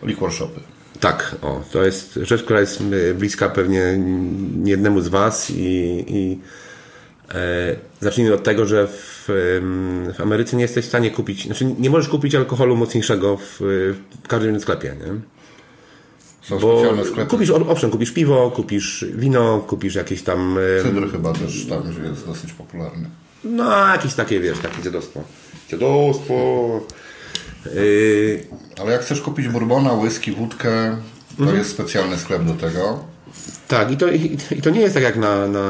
liquor shopy. Tak, to jest rzecz, która jest bliska pewnie niejednemu z Was i zacznijmy od tego, że w Ameryce nie jesteś w stanie kupić, znaczy nie możesz kupić alkoholu mocniejszego w każdym sklepie, nie? Są specjalne sklepy. Kupisz piwo, kupisz wino, kupisz jakieś tam... Cydr chyba też tam jest dosyć popularny. No, jakieś takie, takie dziadostwo. Ale jak chcesz kupić bourbona, whisky, wódkę, to jest specjalny sklep do tego. Tak, i to nie jest tak jak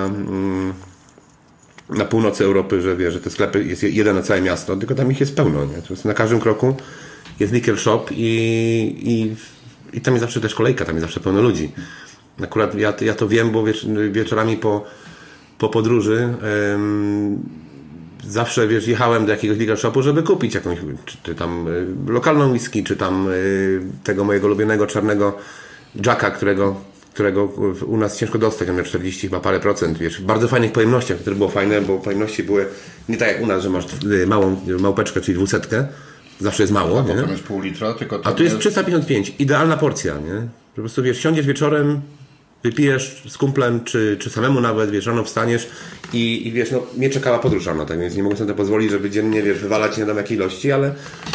na północy Europy, że te sklepy jest jeden na całe miasto, tylko tam ich jest pełno. Nie? To jest na każdym kroku jest liquor shop i tam jest zawsze też kolejka, tam jest zawsze pełno ludzi. Akurat ja to wiem, bo wieczorami po podróży zawsze, jechałem do jakiegoś liquor shopu, żeby kupić jakąś, czy tam lokalną whisky, czy tam tego mojego ulubionego czarnego Jacka, którego u nas ciężko dostać, on miał 40 chyba parę procent, w bardzo fajnych pojemnościach, które było fajne, bo pojemności były nie tak jak u nas, że masz małą małpeczkę, czyli 200, zawsze jest mało, nie? Tam jest pół litra, tylko a tu jest 355, idealna porcja, nie? Po prostu siądziesz wieczorem, wypijesz z kumplem, czy samemu nawet, rano wstaniesz i mnie czekała podróż rano, tak więc nie mogę sobie to pozwolić, żeby dziennie, wywalać nie wiem jakiej ilości, ale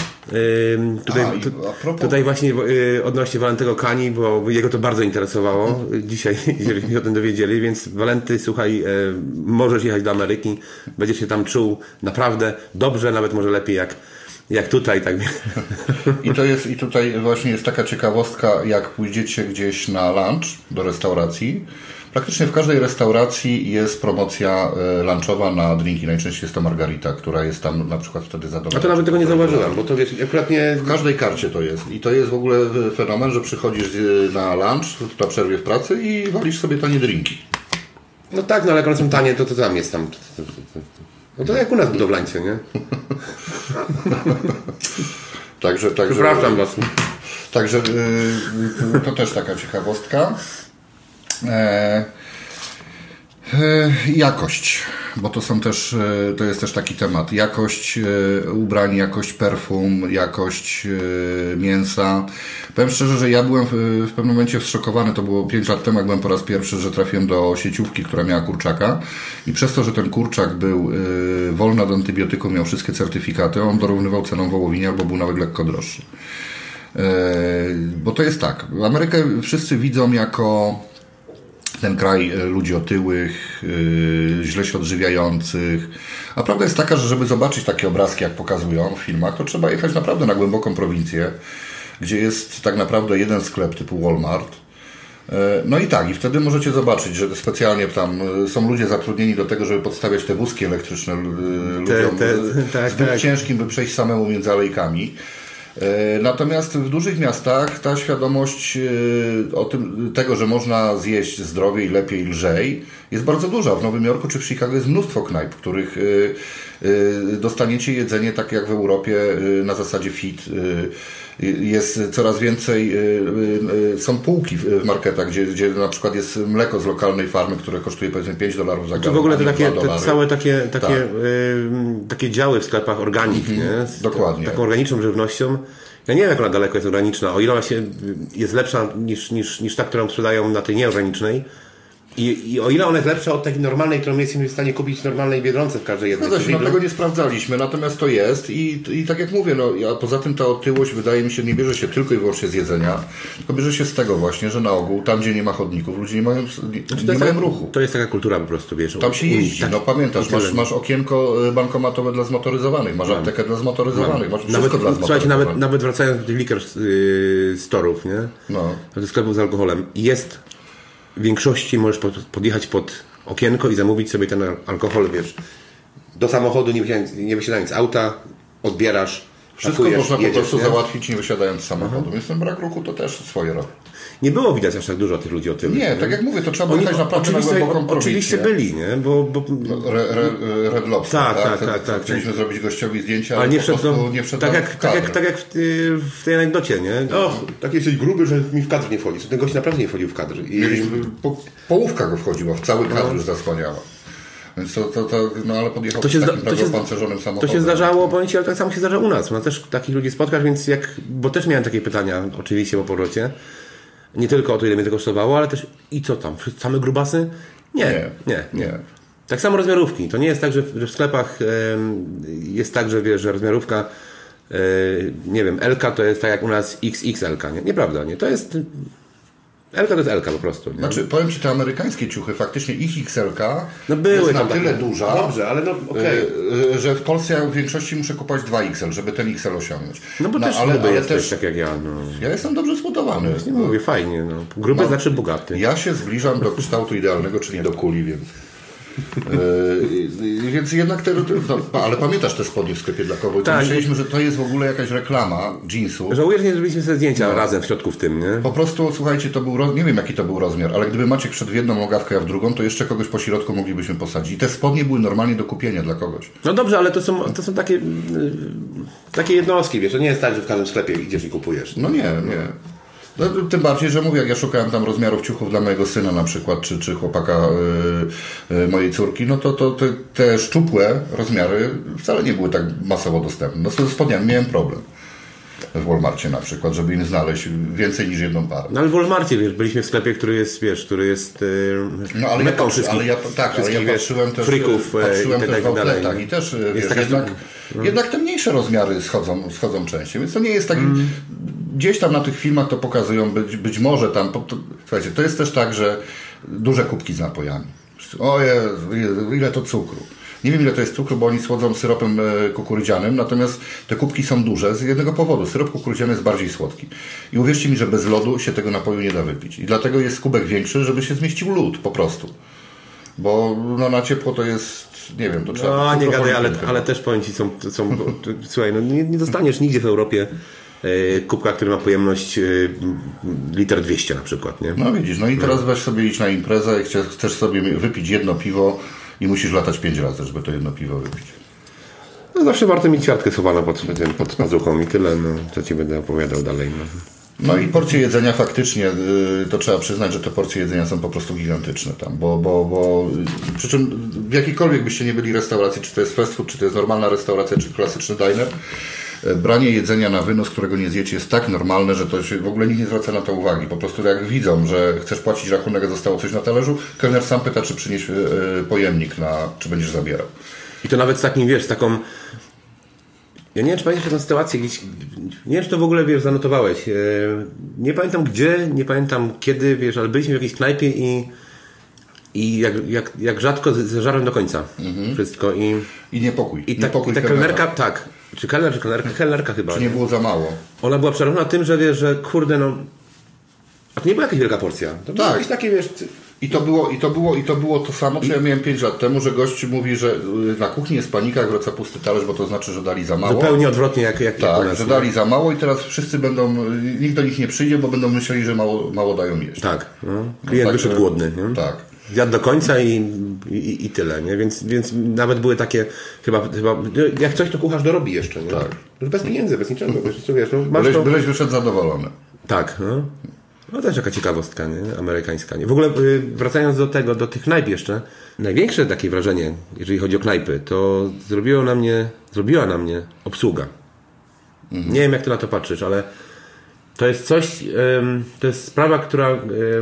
tutaj właśnie odnośnie Walentego Kani, bo jego to bardzo interesowało dzisiaj, żebyśmy się o tym dowiedzieli, więc Walenty, słuchaj, możesz jechać do Ameryki, będziesz się tam czuł naprawdę dobrze, nawet może lepiej jak tutaj, tak. I tutaj właśnie jest taka ciekawostka, jak pójdziecie gdzieś na lunch do restauracji, praktycznie w każdej restauracji jest promocja lunchowa na drinki. Najczęściej jest to margarita, która jest tam na przykład wtedy zadowolona. A to nawet tego nie zauważyłem, bo to akurat nie... W każdej karcie to jest. I to jest w ogóle fenomen, że przychodzisz na lunch, na przerwie w pracy i walisz sobie tanie drinki. No tak, ale jak one są tanie, to tam jest tam... No to jak u nas budowlańcy, nie? Także przepraszam was. Także to też taka ciekawostka. Jakość, bo to jest też taki temat. Jakość ubrań, jakość perfum, jakość mięsa. Powiem szczerze, że ja byłem w pewnym momencie zszokowany, to było 5 lat temu, jak byłem po raz pierwszy, że trafiłem do sieciówki, która miała kurczaka i przez to, że ten kurczak był wolny od antybiotyku, miał wszystkie certyfikaty, on dorównywał ceną wołowinie albo był nawet lekko droższy. Bo to jest tak, Amerykę wszyscy widzą jako ten kraj ludzi otyłych, źle się odżywiających. A prawda jest taka, że żeby zobaczyć takie obrazki, jak pokazują w filmach, to trzeba jechać naprawdę na głęboką prowincję, gdzie jest tak naprawdę jeden sklep typu Walmart. No i tak, i wtedy możecie zobaczyć, że specjalnie tam są ludzie zatrudnieni do tego, żeby podstawiać te wózki elektryczne ludziom zbyt ciężkim, by przejść samemu między alejkami. Natomiast w dużych miastach ta świadomość tego, że można zjeść zdrowiej, lepiej, lżej, jest bardzo duża. W Nowym Jorku czy w Chicago jest mnóstwo knajp, w których dostaniecie jedzenie tak jak w Europie na zasadzie fit. Jest coraz więcej, są półki w marketach, gdzie na przykład jest mleko z lokalnej farmy, które kosztuje powiedzmy $5 za gallon. Czy w ogóle te całe takie działy w sklepach organik, nie? Dokładnie. Taką organiczną żywnością. Ja nie wiem, jak ona daleko jest organiczna. O ile ona jest lepsza niż ta, którą sprzedają na tej nieorganicznej. I o ile ona jest lepsza od takiej normalnej, którą jesteśmy w stanie kupić w normalnej Biedronce w każdej jednej. No tego nie sprawdzaliśmy, natomiast to jest i tak jak mówię, a poza tym ta otyłość wydaje mi się nie bierze się tylko i wyłącznie z jedzenia, tylko bierze się z tego właśnie, że na ogół tam, gdzie nie ma chodników, ludzie nie mają ruchu. To jest taka kultura po prostu, wiesz. Tam się jeździ, tak, pamiętasz, masz okienko bankomatowe dla zmotoryzowanych, masz aptekę dla zmotoryzowanych, masz wszystko dla zmotoryzowanych. Słuchajcie, nawet wracając do tych liquor storów, nie? Do sklepów z alkoholem, jest w większości możesz podjechać pod okienko i zamówić sobie ten alkohol, do samochodu, nie wysiadając z auta, odbierasz, wszystko można po prostu załatwić, nie wysiadając z samochodu. Więc ten brak ruchu to też swoje robi. Nie było widać aż tak dużo tych ludzi otyłych. Nie, tak jak mówię, to trzeba jechać naprawdę na głęboką prowincję. Oczywiście byli, nie? Red Lobster, tak. Chcieliśmy zrobić gościowi zdjęcia, ale nie wszedł tak jak w tej anegdocie, nie? Tak jesteś gruby, że mi w kadr nie wchodzi. Ten gość naprawdę nie wchodził w kadr. Połówka go wchodziła, w cały kadr już zasłaniała. Więc no ale podjechał takim prawie opancerzonym samochodem. To się zdarzało, powiem Ci, ale tak samo się zdarza u nas. U nas też takich ludzi spotkasz, więc bo też miałem takie pytania oczywiście po powrocie. Nie tylko o to, ile mnie to kosztowało, ale też i co tam? Same grubasy? Nie. Tak samo rozmiarówki. To nie jest tak, że w sklepach jest tak, że wiesz, że rozmiarówka nie wiem, LK to jest tak jak u nas XXL, nie? Nieprawda, nie? To jest LK to jest LK po prostu. Nie? Znaczy, powiem Ci, te amerykańskie ciuchy, faktycznie ich XL-ka były jest tam na tyle duża, dobrze, ale że w Polsce ja w większości muszę kupować 2XL, żeby ten XL osiągnąć. No bo też gruby jesteś, tak jak ja. No. Ja jestem dobrze zbudowany. Nie mówię, fajnie. No. Gruby znaczy bogaty. Ja się zbliżam do kształtu idealnego, czyli do kuli, więc... Więc jednak ale pamiętasz te spodnie w sklepie dla kobiet? Tak. Myśleliśmy, że to jest w ogóle jakaś reklama jeansów. Żałuję, że nie zrobiliśmy sobie zdjęcia razem w środku w tym, nie? Po prostu, słuchajcie, to był nie wiem jaki to był rozmiar, ale gdyby Maciek wszedł w jedną nogawkę, a w drugą, to jeszcze kogoś po środku moglibyśmy posadzić. I te spodnie były normalnie do kupienia dla kogoś. No dobrze, ale to są takie jednostki, wiesz, to nie jest tak, że w każdym sklepie idziesz i kupujesz. No nie. No, tym bardziej, że mówię, jak ja szukałem tam rozmiarów ciuchów dla mojego syna na przykład, czy chłopaka mojej córki, no to te szczupłe rozmiary wcale nie były tak masowo dostępne. No z spodniami miałem problem. W Walmarcie na przykład, żeby im znaleźć więcej niż jedną parę. No ale w Walmarcie, wiesz, byliśmy w sklepie, który jest no ale ja patrzyłem też w outletach i też wiesz, jednak te mniejsze rozmiary schodzą częściej, więc to nie jest taki... Gdzieś tam na tych filmach to pokazują, być może tam... Słuchajcie, to jest też tak, że duże kubki z napojami. O Jezu, ile to cukru. Nie wiem, ile to jest cukru, bo oni słodzą syropem kukurydzianym, natomiast te kubki są duże z jednego powodu. Syrop kukurydziany jest bardziej słodki. I uwierzcie mi, że bez lodu się tego napoju nie da wypić. I dlatego jest kubek większy, żeby się zmieścił lód po prostu. Bo no, na ciepło to jest, nie wiem, to trzeba... No nie gadaj, ale też powiem Ci, słuchaj, no nie dostaniesz nigdzie w Europie kubka, który ma pojemność 1,2 litra na przykład, nie? No widzisz, no i teraz weź sobie iść na imprezę i chcesz sobie wypić jedno piwo i musisz latać 5 razy, żeby to jedno piwo wypić. No zawsze warto mieć ćwiartkę schowaną pod pazuchą i tyle, no, co Ci będę opowiadał dalej. No i porcje jedzenia faktycznie, to trzeba przyznać, że te porcje jedzenia są po prostu gigantyczne tam, bo przy czym w jakiejkolwiek byście nie byli restauracji, czy to jest fast food, czy to jest normalna restauracja, czy klasyczny diner, branie jedzenia na wynos, którego nie zjecie, jest tak normalne, że to się w ogóle nikt nie zwraca na to uwagi. Po prostu jak widzą, że chcesz płacić rachunek, a zostało coś na talerzu, kelner sam pyta, czy przynieś pojemnik, czy będziesz zabierał. I to nawet z takim, wiesz, taką... Ja nie wiem, czy pamiętasz tę sytuację gdzieś... Nie wiem, czy to w ogóle, wiesz, zanotowałeś. Nie pamiętam gdzie, nie pamiętam kiedy, wiesz, ale byliśmy w jakiejś knajpie i jak rzadko zeżarłem do końca wszystko. I niepokój. I ta kelnerka, tak. Czy kelnerka chyba. Czy nie było za mało? Ona była przerażona tym, że wiesz, że kurde, no... A to nie była jakaś wielka porcja. To było jakieś takie, wiesz... I to było to samo, co ja miałem 5 lat temu, że gość mówi, że na kuchni jest panika, jak wraca pusty talerz, bo to znaczy, że dali za mało. Zupełnie odwrotnie jak tak, nas, że dali za mało i teraz wszyscy nikt do nich nie przyjdzie, bo będą myśleli, że mało dają jeść. Tak. No. Klient wyszedł głodny. Nie? Tak. Zjadł do końca i tyle, nie? Więc nawet były takie chyba jak coś to kucharz dorobi jeszcze, nie? Tak. Bez pieniędzy, bez niczego. Wiesz, byleś wyszedł zadowolony. Tak, no. No też jaka ciekawostka, nie? Amerykańska. Nie? W ogóle wracając do tych knajp jeszcze, największe takie wrażenie, jeżeli chodzi o knajpy, to zrobiła na mnie obsługa. Nie wiem, jak ty na to patrzysz, ale to jest coś, to jest sprawa, która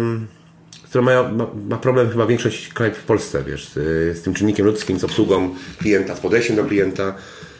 ma problem chyba większość knajp w Polsce, wiesz, z tym czynnikiem ludzkim, z obsługą klienta, z podejściem do klienta.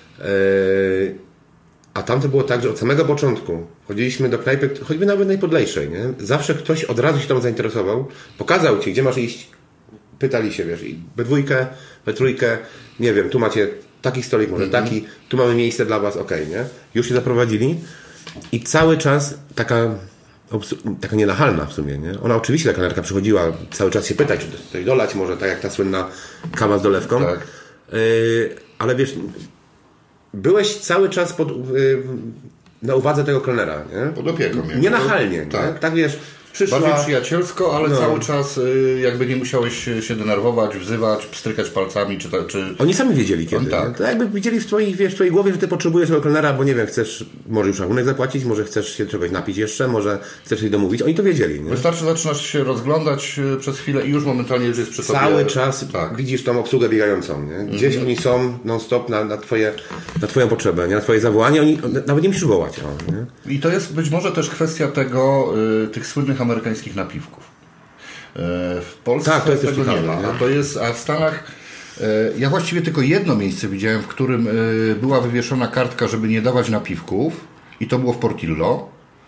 A tam to było tak, że od samego początku chodziliśmy do knajpy, choćby nawet najpodlejszej, nie? Zawsze ktoś od razu się tam zainteresował, pokazał Ci, gdzie masz iść, pytali się, wiesz, i we dwójkę, we trójkę, nie wiem, tu macie taki stolik, może taki, tu mamy miejsce dla Was, okej, nie? Już się zaprowadzili i cały czas taka nienachalna w sumie, nie? Ona oczywiście, ta kelnerka przychodziła cały czas się pytać, czy coś dolać, może tak jak ta słynna kawa z dolewką, tak. Ale wiesz, byłeś cały czas na uwadze tego kelnera, nie? Pod opieką. Nienachalnie, tak. Nie? Tak wiesz, przyszła... Bardziej przyjacielsko, ale cały czas jakby nie musiałeś się denerwować, wzywać, pstrykać palcami, czy... Oni sami wiedzieli kiedy. Tak. To jakby widzieli w twojej głowie, że ty potrzebujesz tego kelnera, bo nie wiem, chcesz może już rachunek zapłacić, może chcesz się czegoś napić jeszcze, może chcesz się domówić. Oni to wiedzieli. Nie? Wystarczy zaczynasz się rozglądać przez chwilę i już momentalnie jest przy sobie. Cały czas widzisz tą obsługę biegającą. Nie? Gdzieś oni są non-stop na twoją potrzebę, nie? Na twoje zawołanie. Oni nawet nie musisz wołać. Nie? I to jest być może też kwestia tego, tych słynnych amerykańskich napiwków. W Polsce tak, to jest tego nie ma. A w Stanach ja właściwie tylko jedno miejsce widziałem, w którym była wywieszona kartka, żeby nie dawać napiwków i to było w Portillo.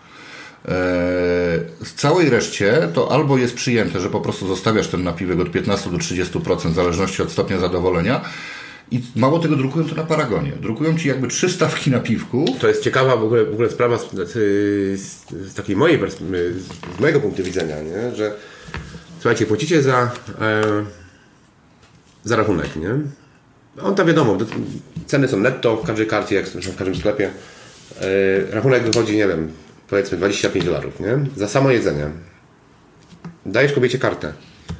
Z całej reszcie to albo jest przyjęte, że po prostu zostawiasz ten napiwek od 15 do 30% w zależności od stopnia zadowolenia. I mało tego, drukują to na Paragonie. Drukują ci jakby 3 stawki napiwków. To jest ciekawa w ogóle sprawa z takiej mojej z mojego punktu widzenia, nie? Że słuchajcie, płacicie za rachunek, nie? On tam wiadomo, ceny są netto w każdej karcie, jak w każdym sklepie. Rachunek wychodzi, nie wiem, powiedzmy $25, nie? Za samo jedzenie. Dajesz kobiecie kartę.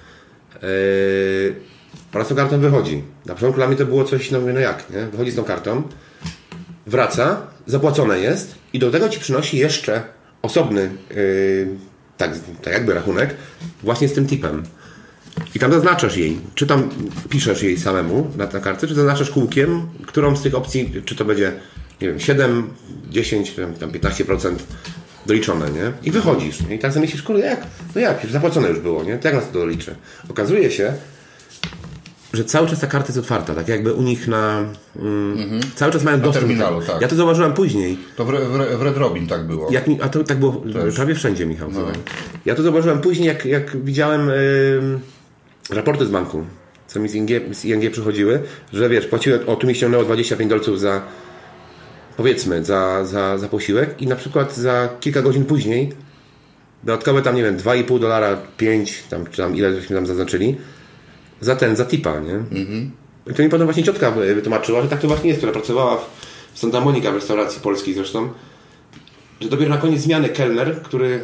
Ona z tą kartą wychodzi. Na początku dla mnie to było coś, no jak, nie? Wychodzi z tą kartą, wraca, zapłacone jest i do tego ci przynosi jeszcze osobny tak jakby rachunek właśnie z tym tipem. I tam zaznaczasz jej, czy tam piszesz jej samemu na kartce, czy zaznaczasz kółkiem, którą z tych opcji, czy to będzie, nie wiem, 7, 10, tam 15% doliczone, nie? I wychodzisz. Nie? I tak sobie myślisz, kurde, jak? No jak? Już zapłacone już było, nie? To jak nas to doliczy? Okazuje się, że cały czas ta karta jest otwarta, tak jakby u nich cały czas mają dostęp. Terminalu, tak. Ja to zauważyłem później. To w Red Robin tak było. A to tak było prawie wszędzie, Michał. No. Ja to zauważyłem później, jak widziałem raporty z banku, co mi z ING przychodziły, że wiesz, płaciłem, tu mi ściągnęło $25 za, powiedzmy, za posiłek i na przykład za kilka godzin później dodatkowe tam, nie wiem, $2,5, 5, czy tam ile żeśmy tam zaznaczyli, za tipa, nie? I to mi potem właśnie ciotka wytłumaczyła, że tak to właśnie jest, która pracowała w Santa Monica w restauracji polskiej zresztą, że dopiero na koniec zmiany kelner, który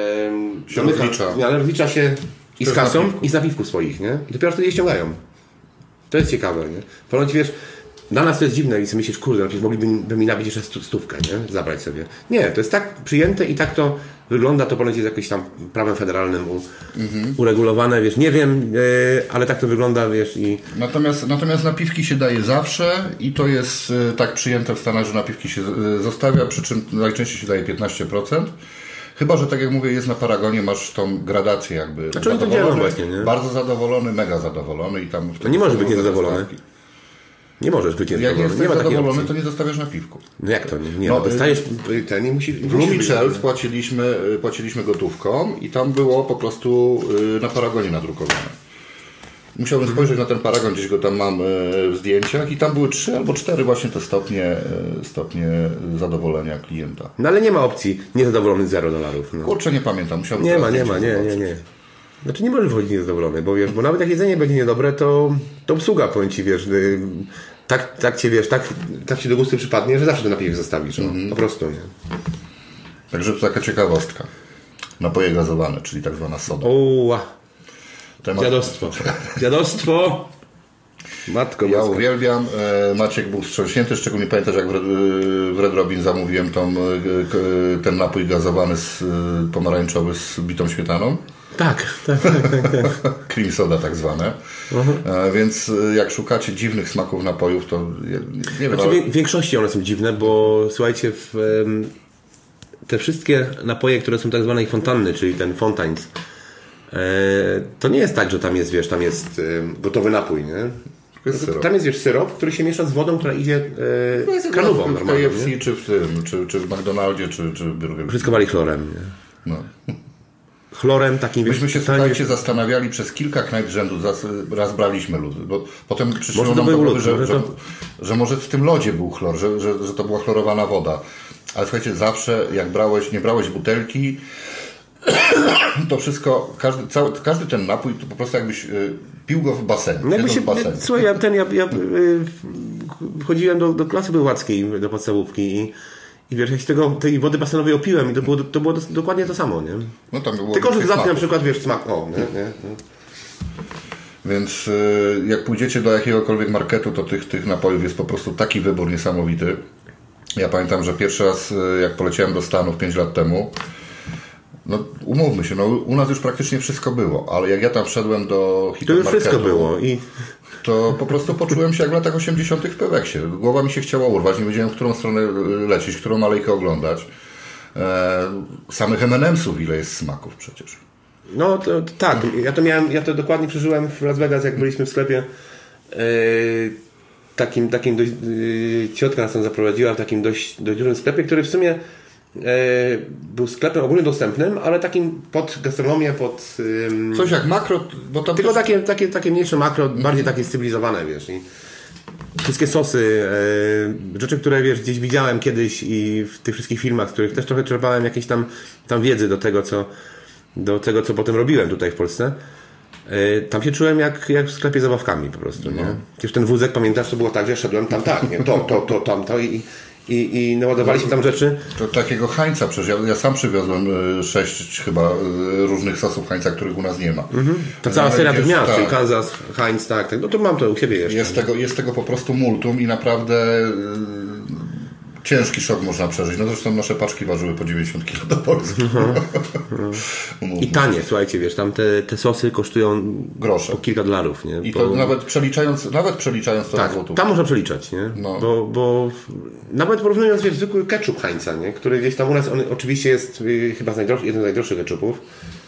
rozlicza się i z kasą, i z napiwków swoich, nie? I dopiero wtedy je ściągają. To jest ciekawe, nie? Ponoć wiesz, dla nas to jest dziwne i sobie myślisz, kurde, przecież mogliby mi nabić jeszcze stówkę, nie? Zabrać sobie. Nie, to jest tak przyjęte i tak to wygląda, to ponoć jest jakimś tam prawem federalnym uregulowane, wiesz, nie wiem, ale tak to wygląda, wiesz, i... Natomiast napiwki się daje zawsze i to jest tak przyjęte w Stanach, że napiwki się zostawia, przy czym najczęściej się daje 15%. Chyba, że tak jak mówię, jest na Paragonie, masz tą gradację jakby. Znaczy oni to dzielą właśnie, nie? Bardzo zadowolony, mega zadowolony i tam... No nie możesz być niezadowolony. Nie możesz być niezadowolony. Jak jesteś zadowolony, to nie zostawiasz napiwku. No jak to? Nie, dostajesz ten i musi... W Lumichels płaciliśmy gotówką i tam było po prostu na Paragonie nadrukowane. Musiałbym spojrzeć na ten Paragon, gdzieś go tam mam w zdjęciach i tam były 3 albo 4 właśnie te stopnie zadowolenia klienta. No ale nie ma opcji niezadowolony $0. No. Kurczę, nie pamiętam. Musiałbym nie. Znaczy nie możesz wychodzić niezadowolony, bo wiesz, bo nawet jak jedzenie będzie niedobre, to obsługa, powiem ci, wiesz, tak cię, wiesz, tak ci do gustu przypadnie, że zawsze ten napiwek zostawisz, po prostu, nie? Także to taka ciekawostka. Napoje gazowane, czyli tak zwana soda. Dziadostwo. Matko ja uwielbiam. Maciek był wstrząśnięty, szczególnie pamiętasz, jak w Red Robin zamówiłem ten napój gazowany pomarańczowy z bitą śmietaną. Tak. Cream soda tak zwane. Więc jak szukacie dziwnych smaków napojów, to nie wiem. Znaczy, w większości one są dziwne, bo słuchajcie, te wszystkie napoje, które są tak zwanej fontanny, czyli ten Fontaines, to nie jest tak, że tam jest, wiesz, tam jest gotowy napój, nie? Tam jest, wiesz, syrop, który się miesza z wodą, która idzie kranową normalnie. W KFC, czy w McDonaldzie, czy w Burger King. Wszystko chlorem, nie? No. Chlorem takim... Myśmy się, słuchajcie, zastanawiali przez kilka knajp z rzędu, raz braliśmy lód, bo potem przyszło nam do głowy, że może w tym lodzie był chlor, że to była chlorowana woda. Ale słuchajcie, zawsze jak nie brałeś butelki, to wszystko, każdy ten napój, to po prostu jakbyś pił go w basenie. Słuchaj, ja chodziłem do klasy bełłackiej, do podstawówki I wiesz, ja się tej wody basenowej opiłem i to było dokładnie to samo, nie? No tam było tylko, że dodatnie na przykład, wiesz, smak, nie. Więc jak pójdziecie do jakiegokolwiek marketu, to tych napojów jest po prostu taki wybór niesamowity. Ja pamiętam, że pierwszy raz jak poleciałem do Stanów 5 lat temu, no umówmy się, no u nas już praktycznie wszystko było, ale jak ja tam wszedłem do hipermarketu... To już wszystko było to po prostu poczułem się jak w latach 80. w Peweksie. Głowa mi się chciała urwać, nie wiedziałem, w którą stronę lecieć, którą alejkę oglądać. Samych M&M'sów ile jest smaków przecież. No to tak, ja to dokładnie przeżyłem w Las Vegas, jak byliśmy w sklepie takim dość, ciotka nas tam zaprowadziła w takim dość dużym sklepie, który w sumie był sklepem ogólnie dostępnym, ale takim pod gastronomię, pod... Coś jak makro, bo tam... Tylko takie mniejsze makro, bardziej takie cywilizowane, wiesz. I wszystkie sosy, rzeczy, które wiesz, gdzieś widziałem kiedyś i w tych wszystkich filmach, z których też trochę czerpałem jakieś tam wiedzy do tego, co potem robiłem tutaj w Polsce. Tam się czułem jak w sklepie z zabawkami po prostu, nie? Przecież ten wózek, pamiętasz, to było tak, że szedłem tam tak, nie? Tamto i naładowaliśmy tam rzeczy. To takiego Heinza przecież, ja sam przywiozłem 6 chyba różnych sosów Heinza, których u nas nie ma. To cała seria tych miast, czyli Kansas, Heinz, tak. No to mam to u siebie jeszcze. Jest tego po prostu multum i naprawdę ciężki szok można przeżyć. No zresztą nasze paczki ważyły po 90 kg do Polski. I tanie, słuchajcie, wiesz, tam te sosy kosztują grosze. Po kilka dolarów, nie? I to nawet przeliczając to tak, na złotówkę. Tam można przeliczać, nie? No. Bo nawet porównując, wiesz, zwykły ketchup Heinza, nie? Który gdzieś tam u nas, on oczywiście jest chyba jeden z najdroższych ketchupów,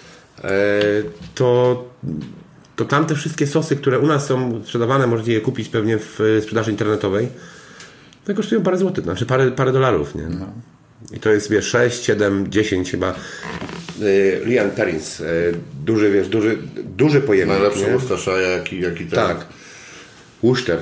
to tam te wszystkie sosy, które u nas są sprzedawane, możecie je kupić pewnie w sprzedaży internetowej, to kosztują parę złotych, znaczy parę dolarów, nie? No. I to jest, wiesz, 6, 7, 10 chyba. Lian Perrins, duży pojemnik. Najlepszy Worcestershire, jaki ten. Tak. Worcester.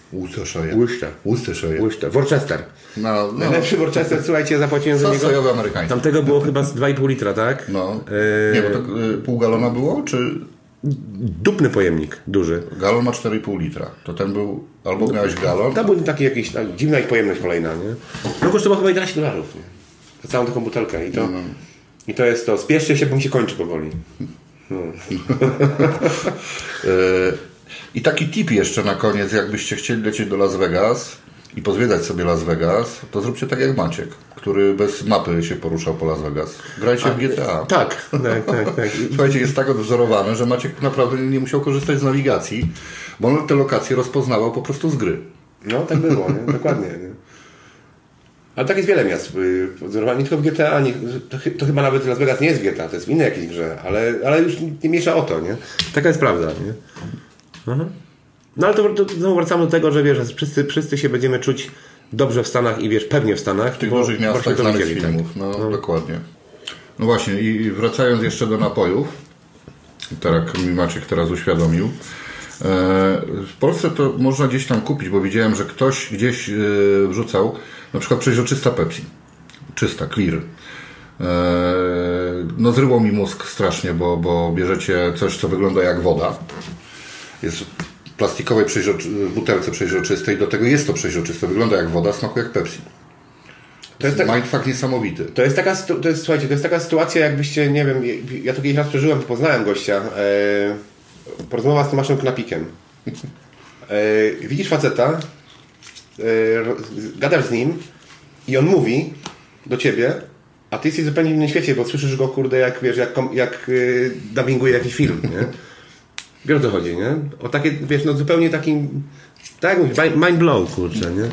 Worcester. No. Najlepszy Worcester, słuchajcie, zapłaciłem za niego. Sos sojowy amerykański. Tamtego było chyba z 2,5 litra, tak? No. Nie, bo to pół galona było, czy... Dupny pojemnik, duży. Galon ma 4,5 litra. To ten był... Albo miałeś galon... To był taki jakiś... dziwna ich pojemność kolejna, nie? No kosztował chyba 11 dolarów, nie? Za całą taką butelkę. I to jest to. Spieszcie się, bo mi się kończy powoli. I taki tip jeszcze na koniec, jakbyście chcieli lecieć do Las Vegas i pozwiedzać sobie Las Vegas, to zróbcie tak jak Maciek, który bez mapy się poruszał po Las Vegas. Grajcie w GTA. Tak. Słuchajcie, jest tak odwzorowany, że Maciek naprawdę nie musiał korzystać z nawigacji, bo on te lokacje rozpoznawał po prostu z gry. No, tak było, nie? Dokładnie. Nie? Ale tak jest wiele miast. Nie tylko w GTA, to chyba nawet Las Vegas nie jest w GTA, to jest w innej jakiejś grze, ale już nie mniejsza o to, nie? Taka jest prawda, nie? Aha. No ale to znowu wracamy do tego, że wiesz, wszyscy się będziemy czuć dobrze w Stanach i wiesz, pewnie w Stanach. W tych dużych miastach znanych z filmów. Tak. No, dokładnie. No właśnie, i wracając jeszcze do napojów, tak mi Maciek teraz uświadomił, w Polsce to można gdzieś tam kupić, bo widziałem, że ktoś gdzieś wrzucał na przykład przeźroczysta Pepsi. Czysta, clear. No zryło mi mózg strasznie, bo bierzecie coś, co wygląda jak woda. Jest w plastikowej butelce przeźroczystej, do tego jest to przeźroczyste, wygląda jak woda, smakuje jak Pepsi. To jest mindfuck niesamowity. Słuchajcie, to jest taka sytuacja, jakbyście, nie wiem, ja to kiedyś raz przeżyłem, poznałem gościa, porozmowa z Tomaszem Knapikiem. Widzisz faceta, gadasz z nim i on mówi do ciebie, a ty jesteś zupełnie w innym świecie, bo słyszysz go, kurde, jak wiesz, jak dubbinguje jakiś film, nie? Wiesz, o co chodzi, nie? O takie, wiesz, no zupełnie takim, tak jak mówisz, mind blow, kurczę, nie?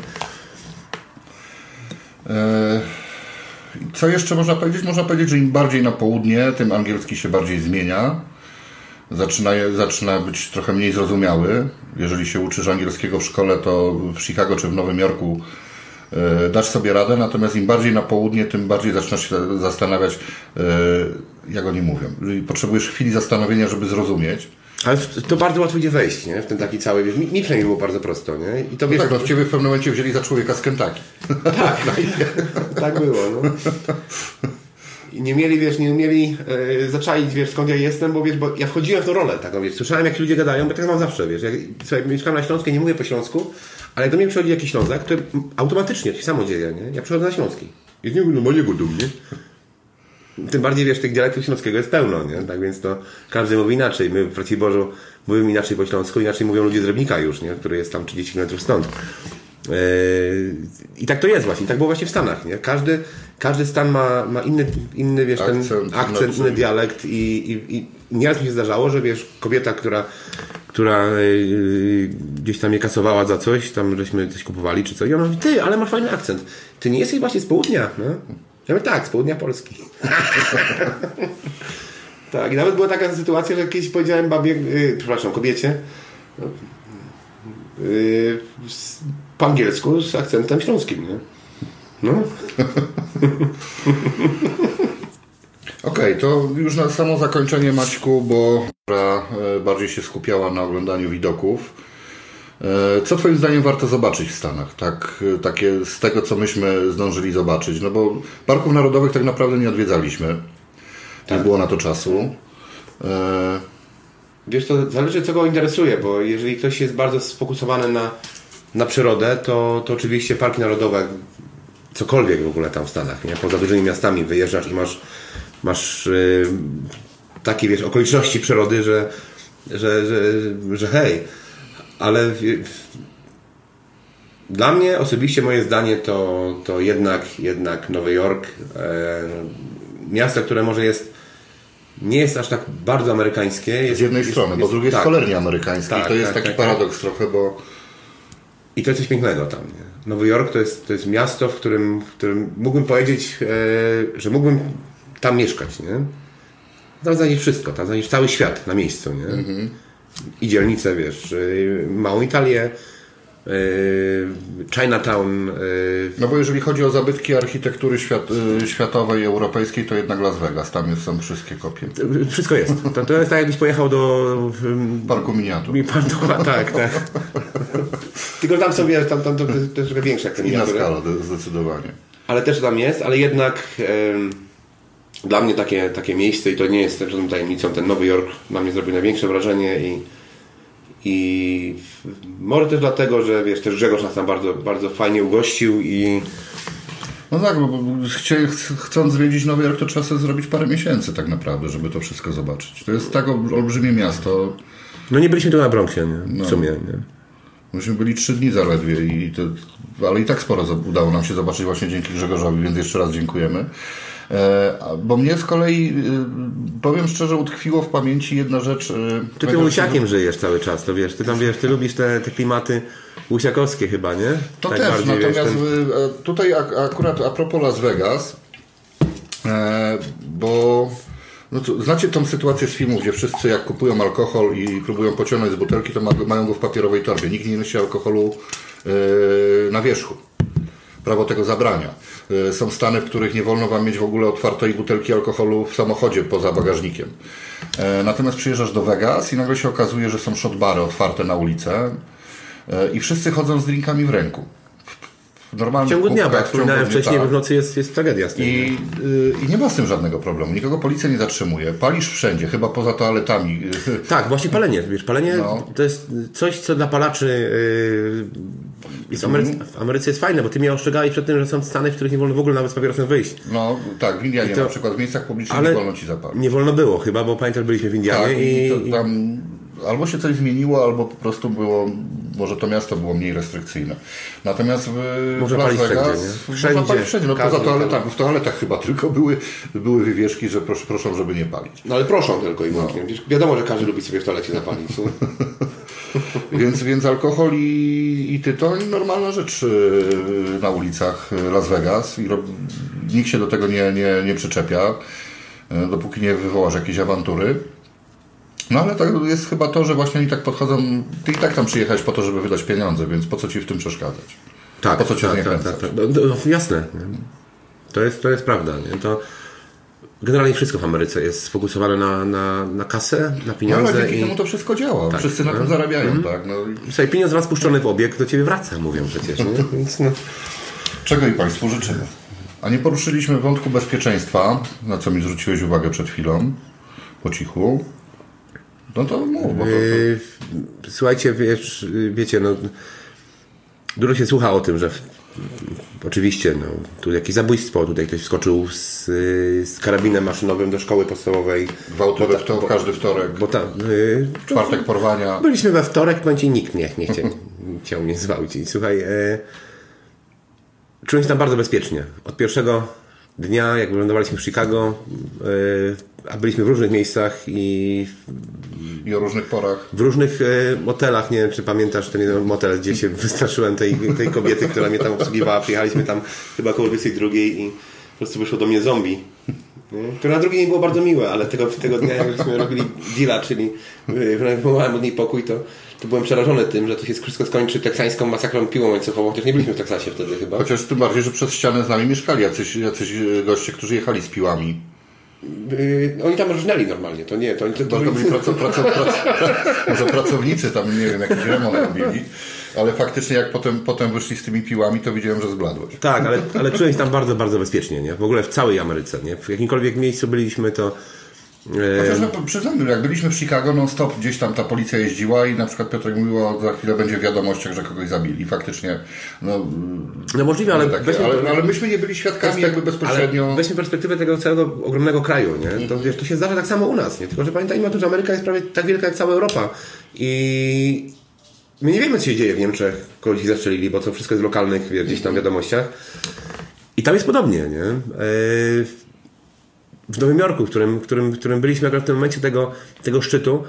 Co jeszcze można powiedzieć? Można powiedzieć, że im bardziej na południe, tym angielski się bardziej zmienia. Zaczyna być trochę mniej zrozumiały. Jeżeli się uczysz angielskiego w szkole, to w Chicago czy w Nowym Jorku dasz sobie radę, natomiast im bardziej na południe, tym bardziej zaczynasz się zastanawiać, jak oni mówią. Potrzebujesz chwili zastanowienia, żeby zrozumieć. Ale to bardzo łatwo idzie wejść, nie? W ten taki cały, wiesz, mi przynajmniej było bardzo prosto, nie? I to, wiesz, tak, no w ciebie w pewnym momencie wzięli za człowieka z Kentucky. Tak, tak było, no. I nie umieli zaczaić, wiesz, skąd ja jestem, bo ja wchodziłem w tą rolę taką, wiesz, słyszałem, jak ludzie gadają, bo tak mam zawsze, wiesz, jak mieszkam na Śląskiej, nie mówię po śląsku, ale do mnie przychodzi jakiś Ślązak, który automatycznie się samo dzieje, nie? Ja przychodzę na Śląski. Jednego normalnego dół, nie? Tym bardziej, wiesz, tych dialektów śląskiego jest pełno, nie? Tak więc to każdy mówi inaczej. My w Raciborzu mówimy inaczej po śląsku, inaczej mówią ludzie z Rybnika już, nie? Który jest tam 30 km stąd. I tak to jest właśnie. I tak było właśnie w Stanach, nie? Każdy stan ma inny wiesz, akcent, ten akcent, inny dialekt i nieraz mi się zdarzało, że wiesz, kobieta, która gdzieś tam mnie kasowała za coś, tam żeśmy coś kupowali czy co, i ona mówi, ty, ale masz fajny akcent. Ty nie jesteś właśnie z południa, no? Ja mówię, tak, z południa Polski. Tak, i nawet była taka sytuacja, że kiedyś powiedziałem kobiecie, po angielsku z akcentem śląskim, nie? No. Okej, to już na samo zakończenie, Maćku, bo bardziej się skupiała na oglądaniu widoków. Co twoim zdaniem warto zobaczyć w Stanach? Takie z tego, co myśmy zdążyli zobaczyć. No bo parków narodowych tak naprawdę nie odwiedzaliśmy. Nie było na to czasu. Wiesz, to zależy, co go interesuje, bo jeżeli ktoś jest bardzo sfokusowany na przyrodę, to oczywiście parki narodowe, cokolwiek w ogóle tam w Stanach, nie? Poza dużymi miastami wyjeżdżasz i masz takie, wiesz, okoliczności przyrody, że hej, ale dla mnie osobiście moje zdanie to jednak Nowy Jork, miasto, które może nie jest aż tak bardzo amerykańskie. Z jednej strony, bo z drugiej jest cholernie amerykańskie. To jest taki paradoks trochę, bo... I to jest coś pięknego tam. Nie? Nowy Jork to jest miasto, w którym mógłbym powiedzieć, że mógłbym tam mieszkać. Nie? Tam znajdziesz wszystko, tam znajdziesz cały świat na miejscu. Nie? Mhm. I dzielnice, wiesz, małą Italię, Chinatown. No bo jeżeli chodzi o zabytki architektury światowej, europejskiej, to jednak Las Vegas, tam są wszystkie kopie. Wszystko jest. To jest tak, jakbyś pojechał do Parku Miniatur. Tak. Tylko tam są, wiesz, tam to jest trochę większe jak te miniatury. Inna skala, zdecydowanie. Ale też tam jest, ale jednak dla mnie takie miejsce, i to nie jest żadną tajemnicą, ten Nowy Jork na mnie zrobił największe wrażenie i może też dlatego, że wiesz, też Grzegorz nas tam bardzo, bardzo fajnie ugościł i... No tak, bo chcąc zwiedzić Nowy Jork, to trzeba sobie zrobić parę miesięcy tak naprawdę, żeby to wszystko zobaczyć. To jest tak olbrzymie miasto. No nie byliśmy tu na Bronxie, nie? W sumie, nie? Myśmy byli 3 dni zaledwie, ale i tak sporo udało nam się zobaczyć właśnie dzięki Grzegorzowi, więc jeszcze raz dziękujemy. Bo mnie z kolei, powiem szczerze, utkwiło w pamięci jedna rzecz. Ty tym Łysiakiem żyjesz cały czas, to wiesz, ty lubisz te klimaty łysiakowskie chyba, nie? To tak też, bardziej, natomiast tutaj akurat a propos Las Vegas, bo no to, znacie tą sytuację z filmów, gdzie wszyscy jak kupują alkohol i próbują pociągnąć z butelki, to mają go w papierowej torbie. Nikt nie nosi alkoholu na wierzchu. Prawo tego zabrania. Są stany, w których nie wolno wam mieć w ogóle otwartej butelki alkoholu w samochodzie poza bagażnikiem. Natomiast przyjeżdżasz do Vegas i nagle się okazuje, że są shotbary otwarte na ulicę i wszyscy chodzą z drinkami w ręku. W ciągu dnia, bo jak wspominałem wcześniej, w nocy jest tragedia z tym. I nie ma z tym żadnego problemu. Nikogo policja nie zatrzymuje. Palisz wszędzie, chyba poza toaletami. Tak, właśnie palenie. Wiesz, palenie to jest coś, co dla palaczy w Ameryce jest fajne, bo ty mnie ostrzegałeś przed tym, że są stany, w których nie wolno w ogóle nawet z papierosem wyjść. No tak, w Indianie na przykład w miejscach publicznych nie wolno ci zapalić. Nie wolno było chyba, bo pamiętasz, byliśmy w Indianie tak, i tam albo się coś zmieniło, albo po prostu było, może to miasto było mniej restrykcyjne. Natomiast w Las Vegas można palić wszędzie. No poza toaletami. W toaletach chyba tylko były wywieszki, że proszą, żeby nie palić. No ale proszą tylko i wyłącznie. No. Wiadomo, że każdy lubi sobie w toalecie zapalić. Więc alkohol i tytoń normalna rzecz na ulicach Las Vegas. I nikt się do tego nie przyczepia, dopóki nie wywołasz jakiejś awantury. No ale tak jest chyba to, że właśnie oni tak podchodzą, ty i tak tam przyjechałeś po to, żeby wydać pieniądze, więc po co ci w tym przeszkadzać? Tak, po co cię zniechęcać? Tak. No, jasne. To jest prawda. Nie? To generalnie wszystko w Ameryce jest sfokusowane na kasę, na pieniądze. No ale dzięki temu to wszystko działa. Tak, wszyscy na tym zarabiają. Tak? No. Słuchaj, pieniądz raz puszczony w obieg do ciebie wraca, mówią przecież. Nie? Więc, no. Czego i Państwu życzymy. A nie poruszyliśmy wątku bezpieczeństwa, na co mi zwróciłeś uwagę przed chwilą, po cichu. No to mów, bo to... Słuchajcie, wiecie, no dużo się słucha o tym, że oczywiście, no, tu jakieś zabójstwo, tutaj ktoś wskoczył z karabinem maszynowym do szkoły podstawowej. Gwałtowe każdy wtorek. Czwartek porwania. Byliśmy we wtorek, będzie nikt nie chciał mnie zwałcić. Słuchaj, czułem się tam bardzo bezpiecznie. Od pierwszego dnia, jak wylądowaliśmy w Chicago, a byliśmy w różnych miejscach i o różnych porach. W różnych motelach, nie wiem, czy pamiętasz ten jeden motel, gdzie się wystraszyłem tej kobiety, która mnie tam obsługiwała. Przyjechaliśmy tam chyba około 22 i po prostu wyszło do mnie zombie. To na drugi dzień było bardzo miłe, ale tego dnia, jak żeśmy robili deala, czyli wywołałem od niej pokój, to byłem przerażony tym, że to się wszystko skończy teksańską masakrą piłą łańcuchową, chociaż nie byliśmy w Teksasie wtedy chyba. Chociaż tym bardziej, że przez ścianę z nami mieszkali jacyś goście, którzy jechali z piłami. Oni tam rżnęli normalnie, to nie. To byli może pracownicy tam, nie wiem, jakiś remont robili, ale faktycznie jak potem wyszli z tymi piłami, to widziałem, że zbladłeś. Tak, ale czułem się tam bardzo, bardzo bezpiecznie, nie? W ogóle w całej Ameryce, nie? W jakimkolwiek miejscu byliśmy, to... Chociaż przyznajmy, jak byliśmy w Chicago, non stop gdzieś tam ta policja jeździła i na przykład Piotrek mówił, za chwilę będzie w wiadomościach, że kogoś zabili. Faktycznie, no możliwe, ale myśmy nie byli świadkami jakby bezpośrednio. Ale weźmy perspektywę tego całego ogromnego kraju, nie? To, wiesz, to się zdarza tak samo u nas, nie? Tylko że pamiętajmy o tym, że Ameryka jest prawie tak wielka jak cała Europa i my nie wiemy, co się dzieje w Niemczech, kogoś ich zastrzelili, bo to wszystko jest w lokalnych, wiesz, gdzieś tam wiadomościach. I tam jest podobnie, nie? W Nowym Jorku, w którym byliśmy akurat w tym momencie tego szczytu,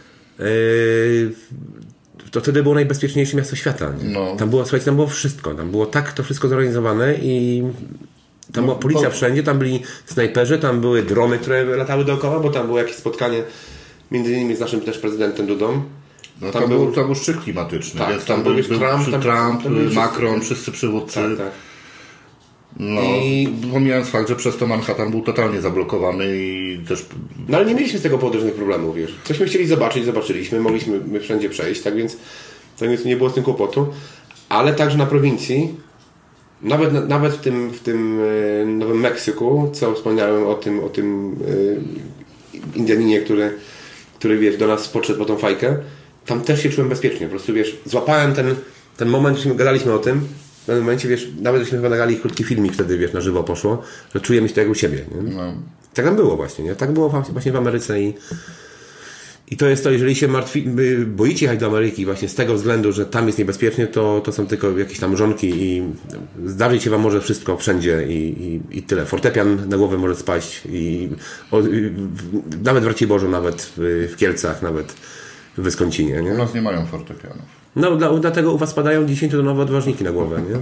to wtedy było najbezpieczniejsze miasto świata. No. Tam było wszystko. Tam było tak to wszystko zorganizowane i tam była policja wszędzie, tam byli snajperzy, tam były drony, które latały dookoła, bo tam było jakieś spotkanie między innymi z naszym też prezydentem Dudą. No, tam był szczyt klimatyczny, tak, więc tam był Trump, Macron, wszyscy przywódcy. Tak. No, pomijając fakt, że przez to Manhattan był totalnie zablokowany i też... No ale nie mieliśmy z tego powodu żadnych problemów, wiesz. Cośmy chcieli zobaczyć, zobaczyliśmy, mogliśmy wszędzie przejść, tak więc nie było z tym kłopotu. Ale także na prowincji, nawet w tym Nowym Meksyku, co wspomniałem o tym Indianinie, który wiesz, do nas podszedł po tą fajkę, tam też się czułem bezpiecznie. Po prostu wiesz, złapałem ten moment, żeśmy gadaliśmy o tym. W pewnym momencie, wiesz, nawet żeśmy chyba nagrali krótki filmik wtedy, wiesz, na żywo poszło, że czujemy się tak jak u siebie, nie? No. Tak tam było właśnie, nie? Tak było właśnie w Ameryce i to jest to, jeżeli się boicie jechać do Ameryki właśnie z tego względu, że tam jest niebezpiecznie, to są tylko jakieś tam żonki i zdarzy się wam może wszystko wszędzie i tyle. Fortepian na głowę może spaść i nawet w Raciborzu, nawet w Kielcach, nawet w Wyskoncinie, nie? U nas nie mają fortepianów. No, dlatego u was spadają 10-tonowe odważniki na głowę, nie?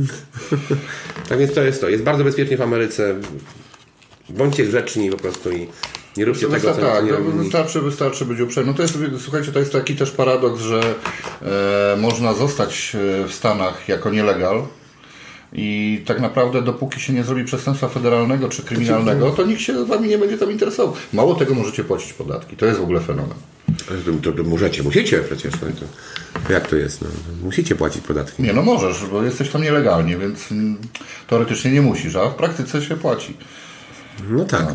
Tak więc to jest to. Jest bardzo bezpiecznie w Ameryce. Bądźcie grzeczni po prostu i nie róbcie tego, co nie robili. Wystarczy być uprzejmym. No to jest, słuchajcie, to jest taki też paradoks, że można zostać w Stanach jako nielegal i tak naprawdę dopóki się nie zrobi przestępstwa federalnego czy kryminalnego, to nikt się wami nie będzie tam interesował. Mało tego, możecie płacić podatki. To jest w ogóle fenomen. Musicie przecież. Jak to jest? No, musicie płacić podatki. Nie, no możesz, bo jesteś tam nielegalnie, więc teoretycznie nie musisz, a w praktyce się płaci. No tak.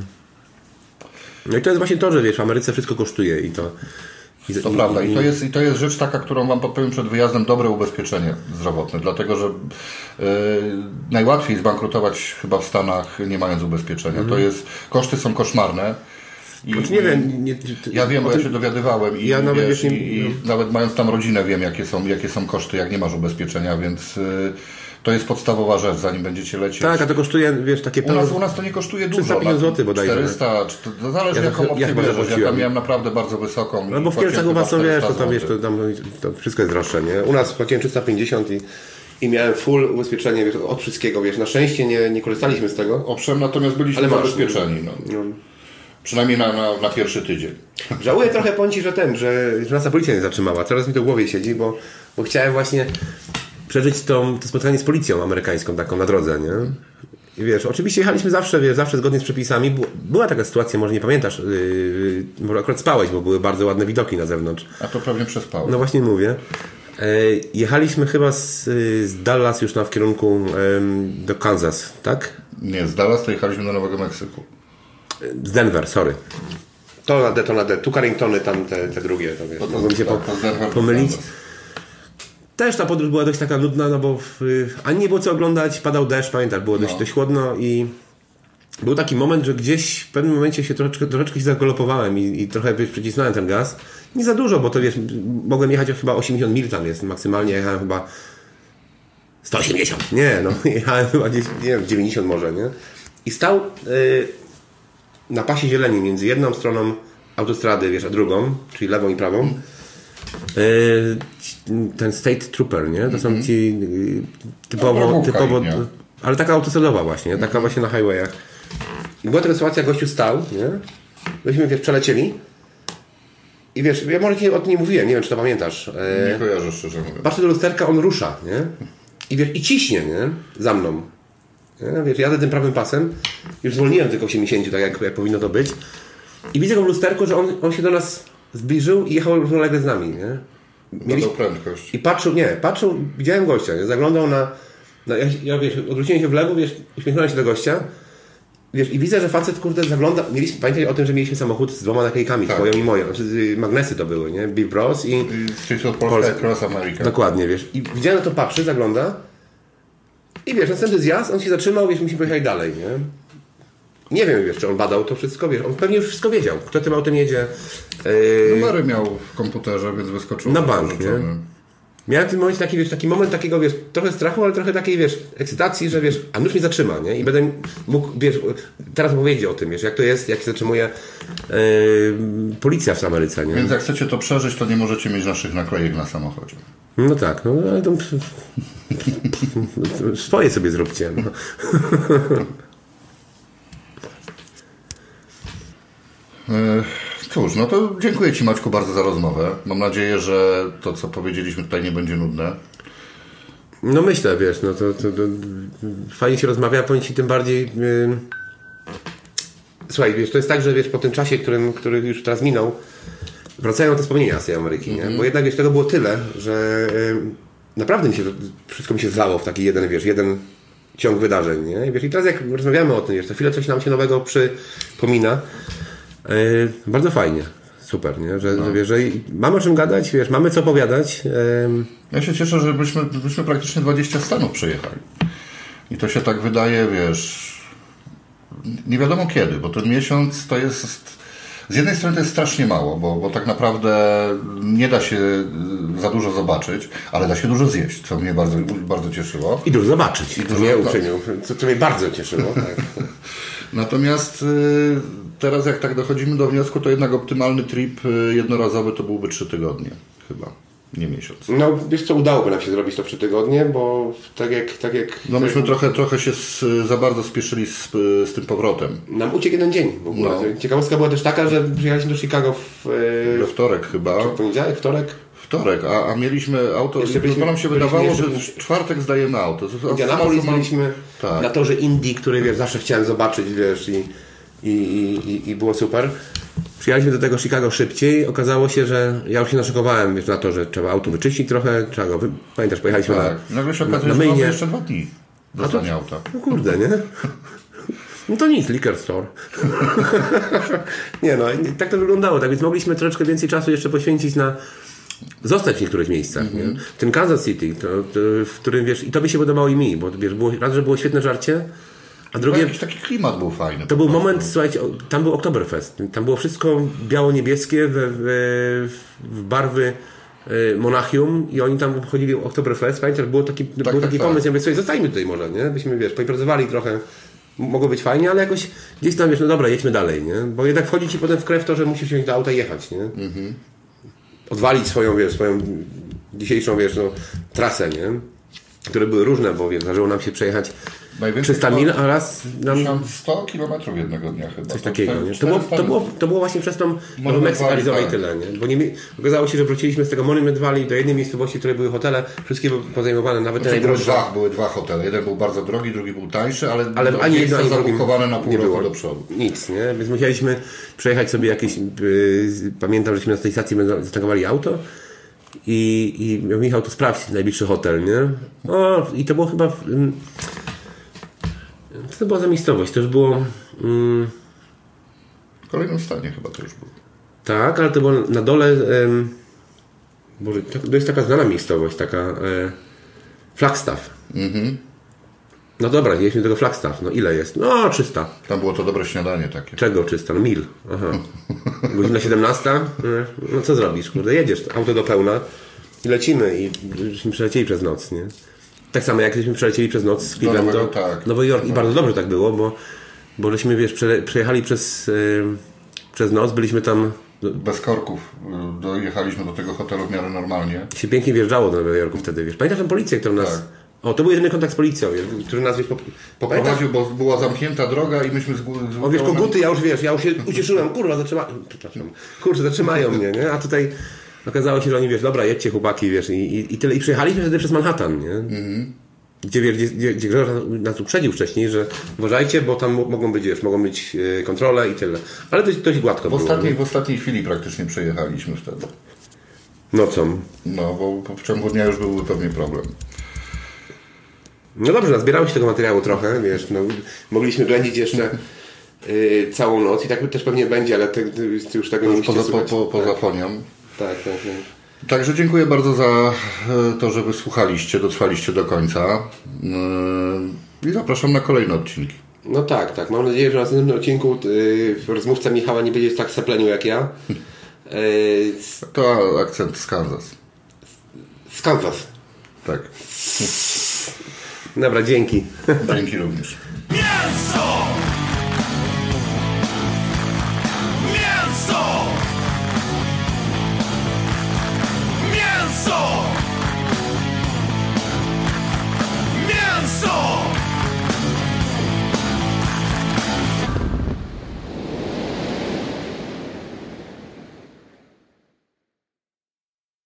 No i to jest właśnie to, że wiesz, w Ameryce wszystko kosztuje i to... To prawda. I to jest rzecz taka, którą wam podpowiem przed wyjazdem, dobre ubezpieczenie zdrowotne, dlatego że najłatwiej zbankrutować chyba w Stanach nie mając ubezpieczenia. To jest, koszty są koszmarne. Ja wiem, bo ja się dowiadywałem i nawet mając tam rodzinę wiem, jakie są koszty, jak nie masz ubezpieczenia, więc to jest podstawowa rzecz, zanim będziecie lecieć. Tak, a to kosztuje, wiesz, takie... U nas to nie kosztuje dużo. 350 zł bodajże. 400, to zależy jaką opcję bierzesz. Ja tam miałem naprawdę bardzo wysoką. No bo w Kielcach u was to wiesz, to wszystko jest droższe, nie? U nas płaciłem 350 i miałem full ubezpieczenie, wiesz, od wszystkiego, wiesz. Na szczęście nie korzystaliśmy z tego. Owszem, natomiast byliśmy zabezpieczeni. Przynajmniej na pierwszy tydzień. Żałuję trochę, powiem ci, że nas ta policja nie zatrzymała. Teraz mi to w głowie siedzi, bo chciałem właśnie przeżyć to spotkanie z policją amerykańską taką na drodze, nie? I wiesz, oczywiście jechaliśmy zawsze zgodnie z przepisami. Była taka sytuacja, może nie pamiętasz, może akurat spałeś, bo były bardzo ładne widoki na zewnątrz. A to pewnie przespałem. No właśnie mówię. Jechaliśmy chyba z Dallas już w kierunku do Kansas, tak? Nie, z Dallas to jechaliśmy do Nowego Meksyku. Z Denver, sorry. To na D. Tu Carringtony, tam te drugie. To wiesz, mogą mi się pomylić. Też ta podróż była dość taka nudna, no bo ani nie było co oglądać, padał deszcz, pamiętasz, było dość chłodno i był taki moment, że gdzieś w pewnym momencie się troszeczkę się zagalopowałem i trochę przycisnąłem ten gaz. Nie za dużo, bo to wiesz, mogłem jechać chyba 80 mil tam jest, maksymalnie jechałem chyba 180. Nie, no jechałem chyba gdzieś, nie wiem, 90 może, nie? I stał na pasie zieleni między jedną stroną autostrady, wiesz, a drugą, czyli lewą i prawą. Ten State Trooper, nie? To są ci typowo, ale taka autostradowa właśnie, taka właśnie na highwayach. I była taka sytuacja, gościu stał, nie? Myśmy, wiesz, przelecieli i wiesz, ja może ci o tym nie mówiłem, nie wiem, czy to pamiętasz. Nie kojarzę, szczerze mówiąc. Patrzę do lusterka, on rusza, nie? I wiesz, i ciśnie, nie? Za mną. Nie? Wiesz, jadę tym prawym pasem, już zwolniłem tylko 80, tak jak powinno to być. I widzę go w lusterku, że on się do nas zbliżył i jechał równolegle z nami, nie? Mieliśmy prędkość. I patrzył, widziałem gościa, nie? Zaglądał na ja wiesz, odwróciłem się w lewo, wiesz, uśmiechnąłem się do gościa, wiesz, i widzę, że facet, kurde, zagląda, pamiętaj o tym, że mieliśmy samochód z 2 naklejkami, twoją i moją, znaczy magnesy to były, nie? Beef Bros i Street of Polska Cross America. Dokładnie, wiesz, i widziałem, na to patrzy, zagląda i wiesz, następny zjazd, on się zatrzymał, wiesz, musimy pojechać dalej, nie? Nie wiem, wiesz, czy on badał to wszystko, wiesz, on pewnie już wszystko wiedział, kto tym autem jedzie. Numery miał w komputerze, więc wyskoczył. Na bank, nie? Miałem w tym momencie taki moment takiego, wiesz, trochę strachu, ale trochę takiej, wiesz, ekscytacji, że wiesz, a nóż mnie zatrzyma, nie? I będę mógł, wiesz, teraz opowiedzieć o tym, wiesz, jak to jest, jak się zatrzymuje policja w Ameryce, nie? Więc jak chcecie to przeżyć, to nie możecie mieć naszych naklejek na samochodzie. No tak, no ale to swoje sobie zróbcie, no. Cóż, no to dziękuję Ci, Maćku, bardzo za rozmowę. Mam nadzieję, że to, co powiedzieliśmy tutaj, nie będzie nudne. No myślę, wiesz, no to fajnie się rozmawia, powiem Ci tym bardziej... Słuchaj, wiesz, to jest tak, że wiesz, po tym czasie, który już teraz minął, wracają te wspomnienia z tej Ameryki, nie? Bo jednak, wiesz, tego było tyle, że naprawdę wszystko mi się zlało w taki jeden ciąg wydarzeń, nie? I wiesz, i teraz jak rozmawiamy o tym, wiesz, to chwilę coś nam się nowego przypomina. Bardzo fajnie, super, nie? Że mamy o czym gadać, wiesz, mamy co opowiadać. Ja się cieszę, że byśmy praktycznie 20 stanów przejechali. I to się tak wydaje, wiesz, nie wiadomo kiedy, bo ten miesiąc to jest, z jednej strony to jest strasznie mało, bo tak naprawdę nie da się za dużo zobaczyć, ale da się dużo zjeść, co mnie bardzo, bardzo cieszyło. I dużo zobaczyć, co mnie bardzo cieszyło. Tak. Natomiast teraz jak tak dochodzimy do wniosku, to jednak optymalny trip jednorazowy to byłby 3 tygodnie chyba, nie miesiąc. No wiesz co, udałoby nam się zrobić to w 3 tygodnie, bo tak jak no myśmy trochę się za bardzo spieszyli z tym powrotem. Nam uciekł jeden dzień w ogóle. No. Ciekawostka była też taka, że przyjechaliśmy do Chicago we wtorek chyba. Czy poniedziałek, wtorek, a mieliśmy auto, to nam się wydawało, że w czwartek zdajemy auto. Indianapolis byliśmy na torze Indy, który wiesz, zawsze chciałem zobaczyć, wiesz, i było super. Przyjechaliśmy do tego Chicago szybciej. Okazało się, że ja już się naszykowałem, wiesz, na to, że trzeba auto wyczyścić trochę, trzeba go pamiętasz, pojechaliśmy nagle się okazuje, że mamy jeszcze 2 dni do zdania auta. No kurde, nie? No to nic, liquor store. Nie no, tak to wyglądało, tak więc mogliśmy troszeczkę więcej czasu jeszcze poświęcić na zostać w niektórych miejscach, nie? W tym Kansas City, w którym, wiesz, i to by się podobało i mi, bo wiesz, raz, że było świetne żarcie, a drugie... Jakiś taki klimat był fajny. To był moment, słuchajcie, tam był Oktoberfest. Tam było wszystko biało-niebieskie w barwy Monachium i oni tam obchodzili Oktoberfest. Pamiętasz, był taki pomysł, ja mówię, słuchaj, zostajmy tutaj może, nie? Byśmy, wiesz, poimprezowali trochę, mogło być fajnie, ale jakoś gdzieś tam, wiesz, no dobra, jedźmy dalej, nie? Bo jednak wchodzi ci potem w krew to, że musisz wziąć do auta i jechać, nie? Odwalić swoją dzisiejszą, wiesz, no, trasę, nie? Które były różne, bo wiesz, zdarzyło nam się przejechać 300 mil, a raz nam... 1100 km jednego dnia chyba. Coś takiego, nie? To było właśnie przez tą Nowy Meksyk, Arizona i tyle, nie? Bo okazało się, że wróciliśmy z tego Monument Valley do jednej miejscowości, w której były hotele, wszystkie były pozajmowane, nawet te najdroższe. Były 2 hotele. Jeden był bardzo drogi, drugi był tańszy, ale ani jedno, ani zabukowane na pół roku do przodu. Nic, nie? Więc musieliśmy przejechać sobie jakieś... Pamiętam, żeśmy na tej stacji zatankowali auto i Michał, to sprawdź najbliższy hotel, nie? O, i to było chyba... Co to była za miejscowość? To już było... W kolejnym stanie chyba to już było. Tak, ale to było na dole... Boże, to jest taka znana miejscowość, taka Flagstaff. No dobra, jedliśmy tego Flagstaff. No ile jest? No 300. Tam było to dobre śniadanie takie. Czego 300? No mil. Aha. Godzina 17? No co zrobisz? Kurde, jedziesz, auto do pełna i lecimy. I żeśmy przelecieli przez noc, nie? Tak samo jak żeśmy przelecieli przez noc z Cleveland do Nowy Jork. I bardzo dobrze tak było, bo żeśmy, wiesz, przejechali przez noc, byliśmy tam... Bez korków. Dojechaliśmy do tego hotelu w miarę normalnie. Się pięknie wjeżdżało do Nowego Jorku wtedy, wiesz. Pamiętasz tę policję, którą nas... Tak. O, to był jedyny kontakt z policją, wiesz, który nas, wiesz, poprowadził, bo była zamknięta droga i myśmy O, wiesz, koguty, ja już się ucieszyłem, kurwa, zatrzymają mnie, nie? A tutaj okazało się, że oni, wiesz, dobra, jedźcie chłopaki, wiesz, i tyle. I przyjechaliśmy wtedy przez Manhattan, nie? Gdzie, wiesz, gdzie Grzegorz nas uprzedził wcześniej, że uważajcie, bo tam mogą być kontrole i tyle. Ale dość gładko było. W ostatniej chwili praktycznie przejechaliśmy wtedy. Nocą. No, bo w ciągu dnia już byłby pewnie problem. No dobrze, nazbierało się tego materiału trochę, wiesz, no, mogliśmy ględzić jeszcze całą noc i tak też pewnie będzie, ale ty już tego nie musicie słuchać. Poza fonią. Tak. Także dziękuję bardzo za to, że wysłuchaliście, dotrwaliście do końca i zapraszam na kolejne odcinki. No tak. Mam nadzieję, że w następnym odcinku rozmówca Michała nie będzie tak seplenił jak ja. To akcent z Kansas. Z Kansas. Tak. Dobra, dzięki. Dzięki również. Mięso!